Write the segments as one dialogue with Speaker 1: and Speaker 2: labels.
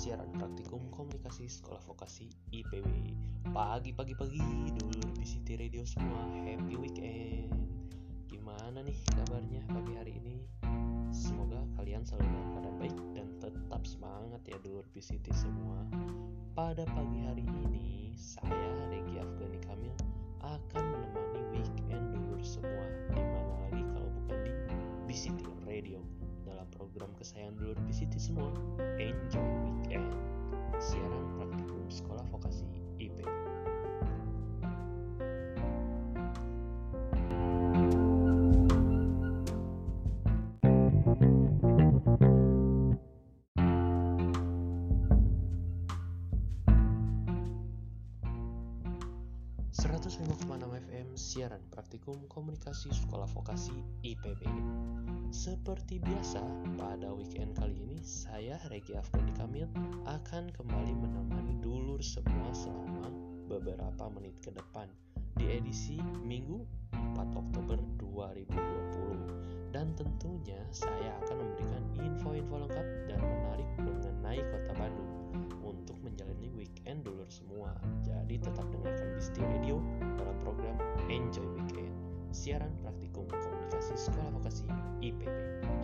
Speaker 1: siaran praktikum komunikasi sekolah vokasi IPB. Pagi-pagi dulu di City Radio semua, happy weekend. Gimana nih kabarnya pagi hari ini? Semoga kalian selalu dalam keadaan baik dan tetap semangat ya dulur di City semua. Pada pagi hari ini, saya Regi Afgani Kamil akan menemani weekend dulur semua. Dimana lagi kalau bukan di City Radio. Dalam program kesayangan dulur di City semua, Enjoy Weekend, siaran praktikum sekolah vokasi IPB. FM siaran praktikum komunikasi sekolah vokasi IPB. Seperti biasa, pada weekend kali ini saya Regi Afgani Kamil akan kembali menemani dulur semua selama beberapa menit ke depan di edisi Minggu 4 Oktober 2020. Dan tentunya saya akan memberikan info-info lengkap dan menarik mengenai Kota Bandung untuk menjalani weekend dulur semua. Jadi tetap dengarkan Bisti Radio dalam program Enjoy Weekend, siaran praktikum komunikasi sekolah vokasi IPB.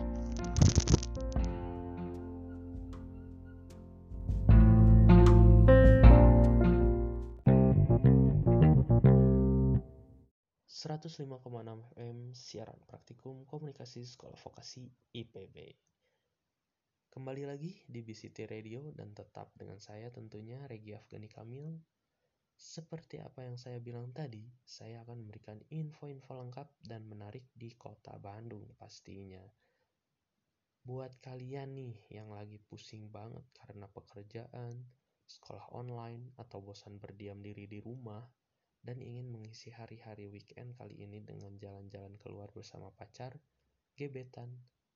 Speaker 1: FM siaran praktikum komunikasi sekolah vokasi IPB. Kembali lagi di BCT Radio dan tetap dengan saya tentunya Regi Afgani Kamil. Seperti apa yang saya bilang tadi, saya akan memberikan info-info lengkap dan menarik di Kota Bandung pastinya. Buat kalian nih yang lagi pusing banget karena pekerjaan, sekolah online, atau bosan berdiam diri di rumah, dan ingin mengisi hari-hari weekend kali ini dengan jalan-jalan keluar bersama pacar, gebetan,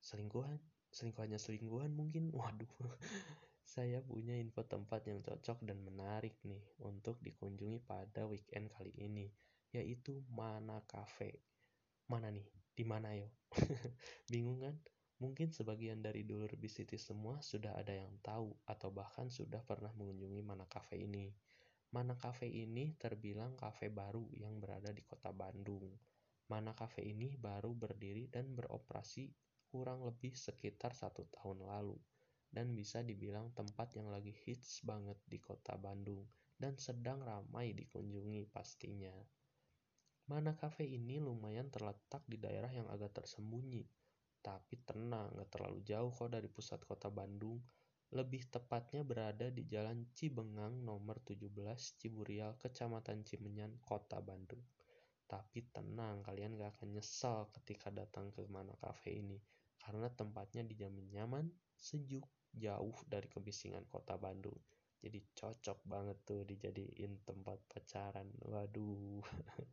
Speaker 1: selingkuhan mungkin, waduh. Saya punya info tempat yang cocok dan menarik nih untuk dikunjungi pada weekend kali ini, yaitu Mana Cafe. Mana nih? Di mana yo? Bingung kan? Mungkin sebagian dari dulur BCT semua sudah ada yang tahu atau bahkan sudah pernah mengunjungi Mana Cafe ini. Mana Cafe ini terbilang kafe baru yang berada di Kota Bandung. Mana Cafe ini baru berdiri dan beroperasi kurang lebih sekitar 1 tahun lalu. Dan bisa dibilang tempat yang lagi hits banget di Kota Bandung dan sedang ramai dikunjungi pastinya. Mana Cafe ini lumayan terletak di daerah yang agak tersembunyi, tapi tenang, gak terlalu jauh kok dari pusat Kota Bandung. Lebih tepatnya berada di Jalan Cibengang nomor 17 Ciburial, Kecamatan Cimenyan, Kota Bandung. Tapi tenang, kalian gak akan nyesal ketika datang ke Mana Cafe ini, karena tempatnya dijamin nyaman, sejuk, jauh dari kebisingan Kota Bandung. Jadi cocok banget tuh dijadiin tempat pacaran. Waduh.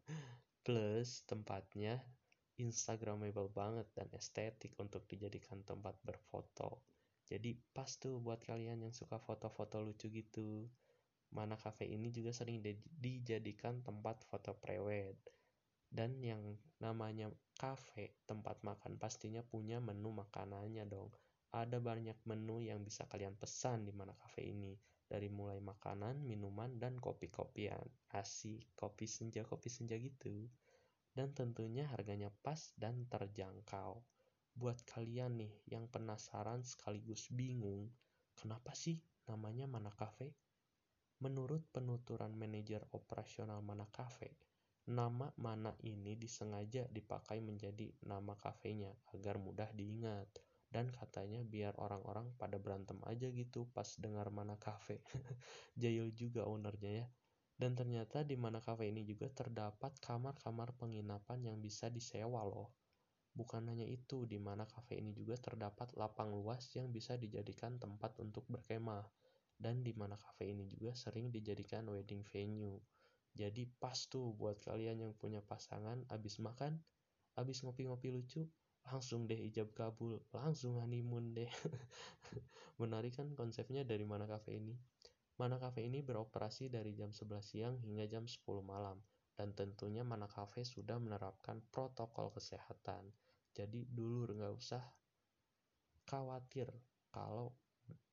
Speaker 1: Plus tempatnya instagramable banget dan estetik untuk dijadikan tempat berfoto. Jadi pas tuh buat kalian yang suka foto-foto lucu gitu. Mana Cafe ini juga sering dijadikan tempat foto prewed. Dan yang namanya cafe, tempat makan, pastinya punya menu makanannya dong. Ada banyak menu yang bisa kalian pesan di Mana Cafe ini. Dari mulai makanan, minuman, dan kopi-kopian. Asik, kopi senja gitu. Dan tentunya harganya pas dan terjangkau. Buat kalian nih yang penasaran sekaligus bingung, kenapa sih namanya Mana Cafe? Menurut penuturan manajer operasional Mana Cafe, nama Mana ini disengaja dipakai menjadi nama kafenya agar mudah diingat. Dan katanya biar orang-orang pada berantem aja gitu pas dengar Mana Cafe. Jayul juga ownernya ya. Dan ternyata di Mana Cafe ini juga terdapat kamar-kamar penginapan yang bisa disewa loh. Bukan hanya itu, di Mana Cafe ini juga terdapat lapang luas yang bisa dijadikan tempat untuk berkemah. Dan di Mana Cafe ini juga sering dijadikan wedding venue. Jadi pas tuh buat kalian yang punya pasangan, abis makan, abis ngopi-ngopi lucu, langsung deh ijab kabul, langsung honeymoon deh. Menarik kan konsepnya dari Mana Cafe ini? Mana Cafe ini beroperasi dari jam 11 siang hingga jam 10 malam. Dan tentunya Mana Cafe sudah menerapkan protokol kesehatan. Jadi dulur nggak usah khawatir kalau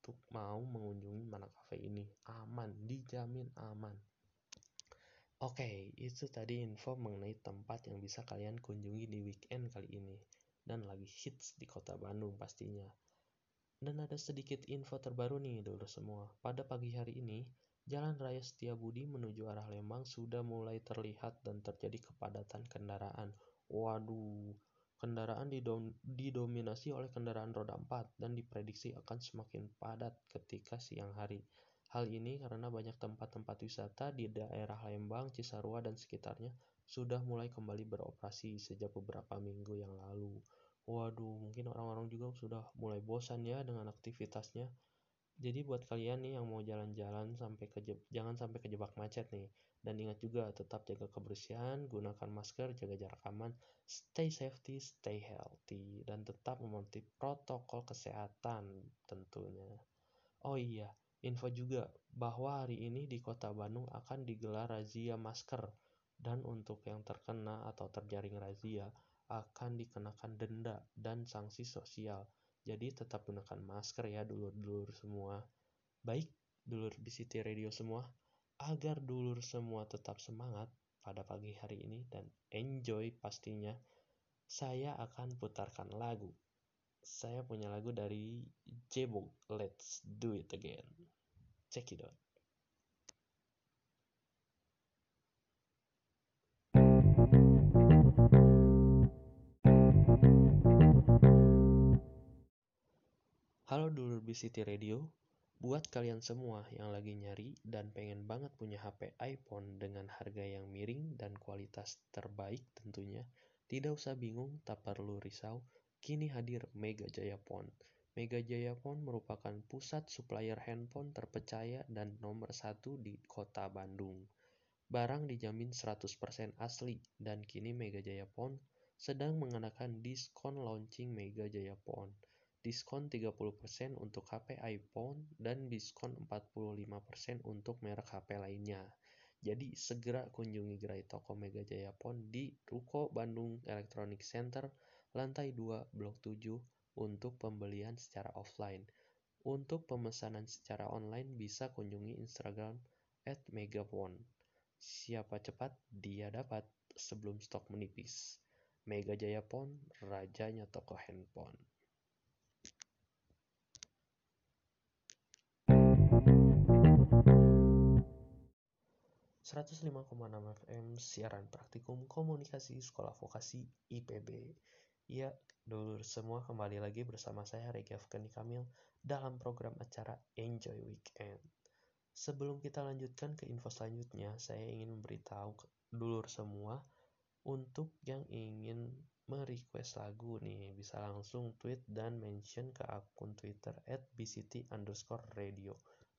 Speaker 1: untuk mau mengunjungi Mana Cafe ini. Aman, dijamin aman. Oke, itu tadi info mengenai tempat yang bisa kalian kunjungi di weekend kali ini. Dan lagi hits di kota Bandung pastinya. Dan ada sedikit info terbaru nih dulu semua. Pada pagi hari ini, Jalan Raya Setiabudi menuju arah Lembang sudah mulai terlihat dan terjadi kepadatan kendaraan. Waduh, kendaraan didominasi oleh kendaraan roda 4 dan diprediksi akan semakin padat ketika siang hari. Hal ini karena banyak tempat-tempat wisata di daerah Lembang, Cisarua, dan sekitarnya sudah mulai kembali beroperasi sejak beberapa minggu yang lalu. Waduh, mungkin orang-orang juga sudah mulai bosan ya dengan aktivitasnya. Jadi buat kalian nih yang mau jalan-jalan jangan sampai kejebak macet nih. Dan ingat juga tetap jaga kebersihan, gunakan masker, jaga jarak aman, stay safety, stay healthy, dan tetap mematuhi protokol kesehatan tentunya. Oh iya, info juga bahwa hari ini di Kota Bandung akan digelar razia masker dan untuk yang terkena atau terjaring razia akan dikenakan denda dan sanksi sosial. Jadi tetap gunakan masker ya dulur-dulur semua. Baik, dulur di City Radio semua, agar dulur semua tetap semangat pada pagi hari ini dan enjoy pastinya, saya akan putarkan lagu. Saya punya lagu dari Jebo, Let's Do It Again. Check it out. Halo dulur City Radio, buat kalian semua yang lagi nyari dan pengen banget punya HP iPhone dengan harga yang miring dan kualitas terbaik tentunya, tidak usah bingung, tak perlu risau, kini hadir Mega Jaya Phone. Mega Jaya Phone merupakan pusat supplier handphone terpercaya dan nomor 1 di kota Bandung. Barang dijamin 100% asli dan kini Mega Jaya Phone sedang mengadakan diskon launching Mega Jaya Phone. Diskon 30% untuk HP iPhone dan diskon 45% untuk merek HP lainnya. Jadi segera kunjungi gerai toko Mega Jaya Phone di Ruko Bandung Electronic Center lantai 2 Blok 7 untuk pembelian secara offline. Untuk pemesanan secara online bisa kunjungi Instagram @megaphone. Siapa cepat, dia dapat sebelum stok menipis. Mega Jaya Phone, rajanya toko handphone. 105,6 FM siaran praktikum komunikasi sekolah vokasi IPB. Ya, dulur semua kembali lagi bersama saya Regi Afgani Kamil dalam program acara Enjoy Weekend. Sebelum kita lanjutkan ke info selanjutnya, saya ingin memberitahu dulur semua untuk yang ingin merequest lagu nih, bisa langsung tweet dan mention ke akun Twitter @bct_radio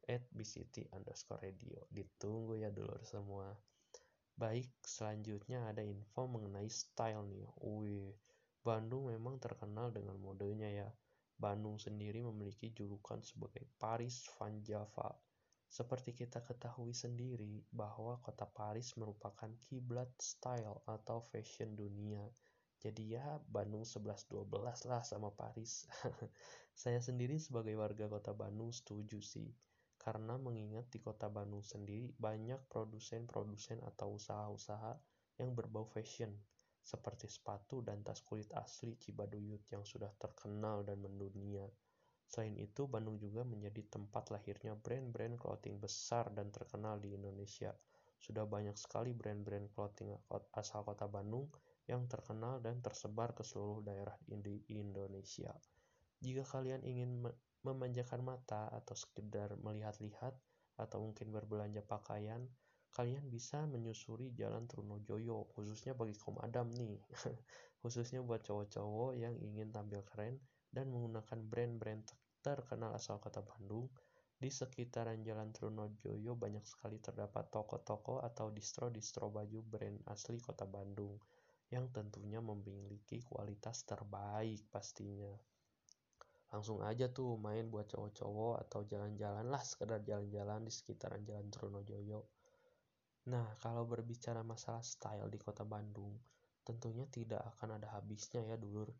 Speaker 1: @bct_radio. Ditunggu ya dulur semua. Baik, selanjutnya ada info mengenai style nih. Wih, Bandung memang terkenal dengan modenya ya. Bandung sendiri memiliki julukan sebagai Paris Van Java. Seperti kita ketahui sendiri bahwa kota Paris merupakan kiblat style atau fashion dunia. Jadi ya Bandung 11-12 lah sama Paris. Saya sendiri sebagai warga kota Bandung setuju sih. Karena mengingat di kota Bandung sendiri banyak produsen-produsen atau usaha-usaha yang berbau fashion. Seperti sepatu dan tas kulit asli Cibaduyut yang sudah terkenal dan mendunia. Selain itu, Bandung juga menjadi tempat lahirnya brand-brand clothing besar dan terkenal di Indonesia. Sudah banyak sekali brand-brand clothing asal kota Bandung yang terkenal dan tersebar ke seluruh daerah di Indonesia. Jika kalian ingin memanjakan mata atau sekedar melihat-lihat atau mungkin berbelanja pakaian, kalian bisa menyusuri Jalan Trunojoyo, khususnya bagi kaum adam nih. Khususnya buat cowok-cowok yang ingin tampil keren dan menggunakan brand-brand terkenal asal kota Bandung. Di sekitaran Jalan Trunojoyo banyak sekali terdapat toko-toko atau distro-distro baju brand asli kota Bandung yang tentunya memiliki kualitas terbaik pastinya. Langsung aja tuh main buat cowok-cowok atau jalan-jalan lah, sekedar jalan-jalan di sekitaran Jalan Trunojoyo. Nah, kalau berbicara masalah style di kota Bandung, tentunya tidak akan ada habisnya ya dulur.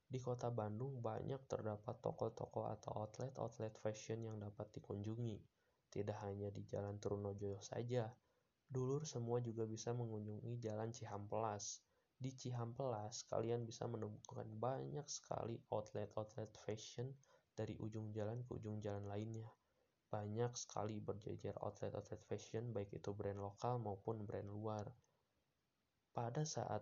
Speaker 1: Di kota Bandung banyak terdapat toko-toko atau outlet fashion yang dapat dikunjungi. Tidak hanya di Jalan Trunojoyo saja, dulur semua juga bisa mengunjungi Jalan Cihampelas. Di Cihampelas, kalian bisa menemukan banyak sekali outlet fashion dari ujung jalan ke ujung jalan lainnya. Banyak sekali berjejer outlet fashion, baik itu brand lokal maupun brand luar. Pada saat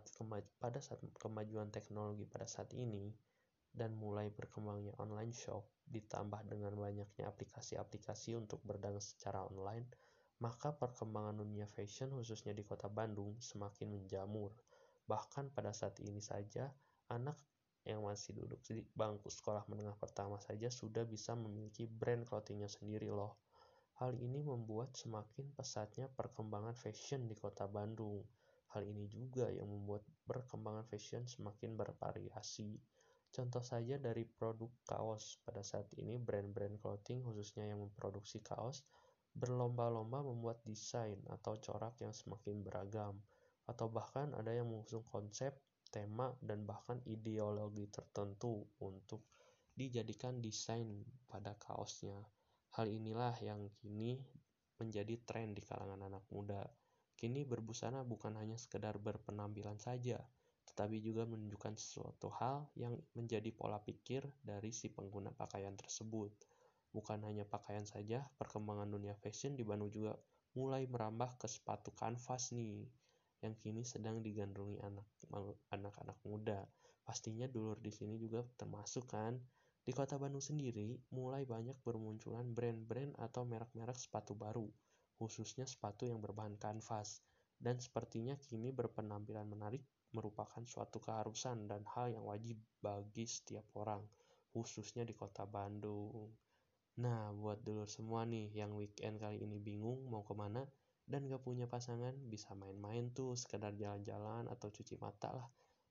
Speaker 1: kemajuan teknologi pada saat ini, dan mulai berkembangnya online shop, ditambah dengan banyaknya aplikasi-aplikasi untuk berdagang secara online, maka perkembangan dunia fashion khususnya di kota Bandung semakin menjamur. Bahkan pada saat ini saja, anak yang masih duduk di bangku sekolah menengah pertama saja sudah bisa memiliki brand clothingnya sendiri loh. Hal ini membuat semakin pesatnya perkembangan fashion di kota Bandung. Hal ini juga yang membuat perkembangan fashion semakin bervariasi. Contoh saja dari produk kaos. Pada saat ini brand-brand clothing khususnya yang memproduksi kaos berlomba-lomba membuat desain atau corak yang semakin beragam, atau bahkan ada yang mengusung konsep, tema, dan bahkan ideologi tertentu untuk dijadikan desain pada kaosnya. Hal inilah yang kini menjadi tren di kalangan anak muda. Kini berbusana bukan hanya sekedar berpenampilan saja, tetapi juga menunjukkan sesuatu hal yang menjadi pola pikir dari si pengguna pakaian tersebut. Bukan hanya pakaian saja, perkembangan dunia fashion di Bandung juga mulai merambah ke sepatu kanvas nih, yang kini sedang digandrungi anak-anak muda. Pastinya dulur di sini juga termasuk kan. Di kota Bandung sendiri, mulai banyak bermunculan brand-brand atau merek-merek sepatu baru, khususnya sepatu yang berbahan kanvas. Dan sepertinya kini berpenampilan menarik merupakan suatu keharusan dan hal yang wajib bagi setiap orang, khususnya di kota Bandung. Nah, buat dulur semua nih yang weekend kali ini bingung mau kemana dan gak punya pasangan, bisa main-main tuh, sekedar jalan-jalan atau cuci mata lah.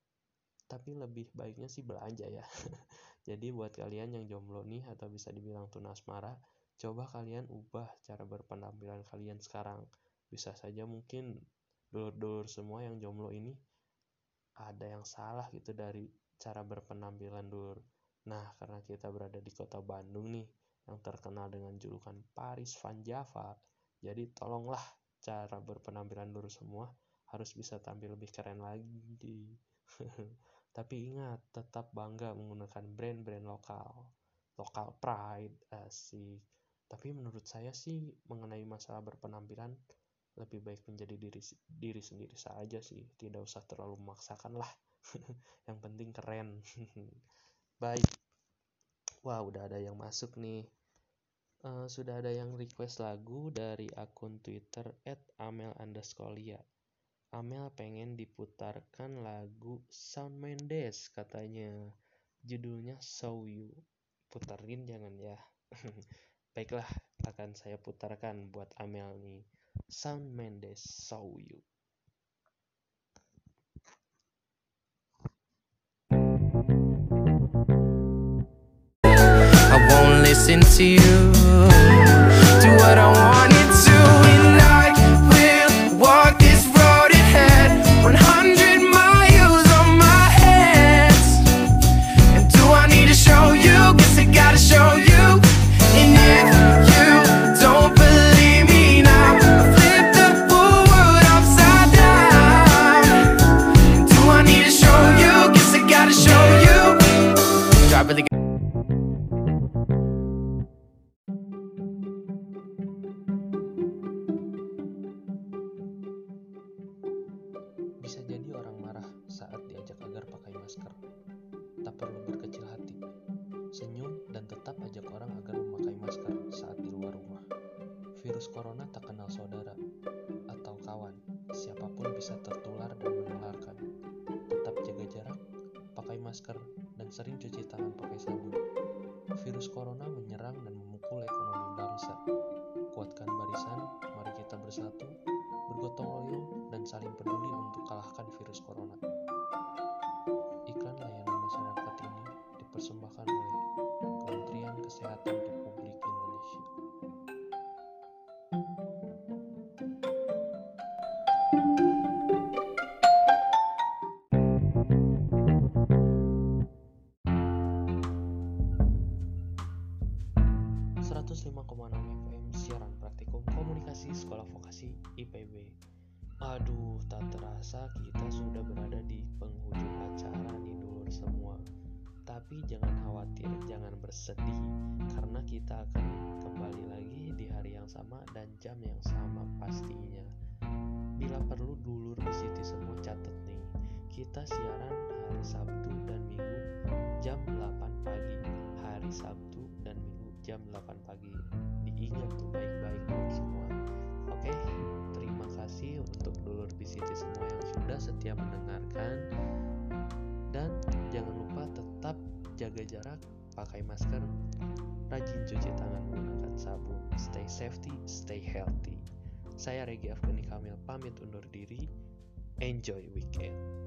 Speaker 1: Tapi lebih baiknya sih belanja ya. Jadi buat kalian yang jomblo nih atau bisa dibilang tunasmara, coba kalian ubah cara berpenampilan kalian sekarang. Bisa saja mungkin dulur-dulur semua yang jomblo ini ada yang salah gitu dari cara berpenampilan dulur. Nah, karena kita berada di kota Bandung nih, yang terkenal dengan julukan Paris Van Java, jadi tolonglah cara berpenampilan dulur semua harus bisa tampil lebih keren lagi. Tapi ingat, tetap bangga menggunakan brand-brand lokal pride, asik. Tapi menurut saya sih mengenai masalah berpenampilan lebih baik menjadi diri sendiri saja sih, tidak usah terlalu memaksakan lah. Yang penting keren. Baik, wah udah ada yang masuk nih. Sudah ada yang request lagu dari akun Twitter @amel_lia. Amel pengen diputarkan lagu Shawn Mendes katanya. Judulnya Show You. Puterin jangan ya. Baiklah, akan saya putarkan buat Amel nih. Shawn Mendes, Show You.
Speaker 2: I won't listen to you. Do what I wanted to, and I will walk this road ahead. 100 miles on my hands. And do I need to show you? Guess I gotta show you. And if you don't believe me now, I'll flip the whole world upside down. And do I need to show you? Guess I gotta show you. Do I really
Speaker 1: Bisa jadi orang marah saat diajak agar pakai masker. Tak perlu berkecil hati. Senyum dan tetap ajak orang agar memakai masker saat di luar rumah. Virus corona tak kenal saudara atau kawan. Siapapun bisa tertular dan menularkan. Tetap jaga jarak, pakai masker, dan sering cuci tangan pakai sabun. Virus corona menyerang dan memukul ekonomi bangsa. Kuatkan barisan, mari kita bersatu, bergotong royong, dan saling peduli untuk kalahkan virus corona. Iklan layanan masyarakat ini dipersembahkan oleh Kementerian Kesehatan Republik Indonesia. FM siaran praktikum komunikasi sekolah vokasi IPB. Aduh, tak terasa kita sudah berada di penghujung acara nih dulur semua. Tapi jangan khawatir, jangan bersedih, karena kita akan kembali lagi di hari yang sama dan jam yang sama pastinya. Bila perlu dulur di City semua catat nih, kita siaran hari Sabtu dan Minggu jam 8 pagi. Hari Sabtu dan Minggu jam 8 pagi. Diingat tuh baik-baik dulur semua. Oke, terima kasih untuk dulur di City semua yang sudah setia mendengarkan. Dan jangan lupa tetap jaga jarak, pakai masker, rajin cuci tangan menggunakan sabun. Stay safety, stay healthy. Saya Regi Afghani Kamil pamit undur diri. Enjoy weekend.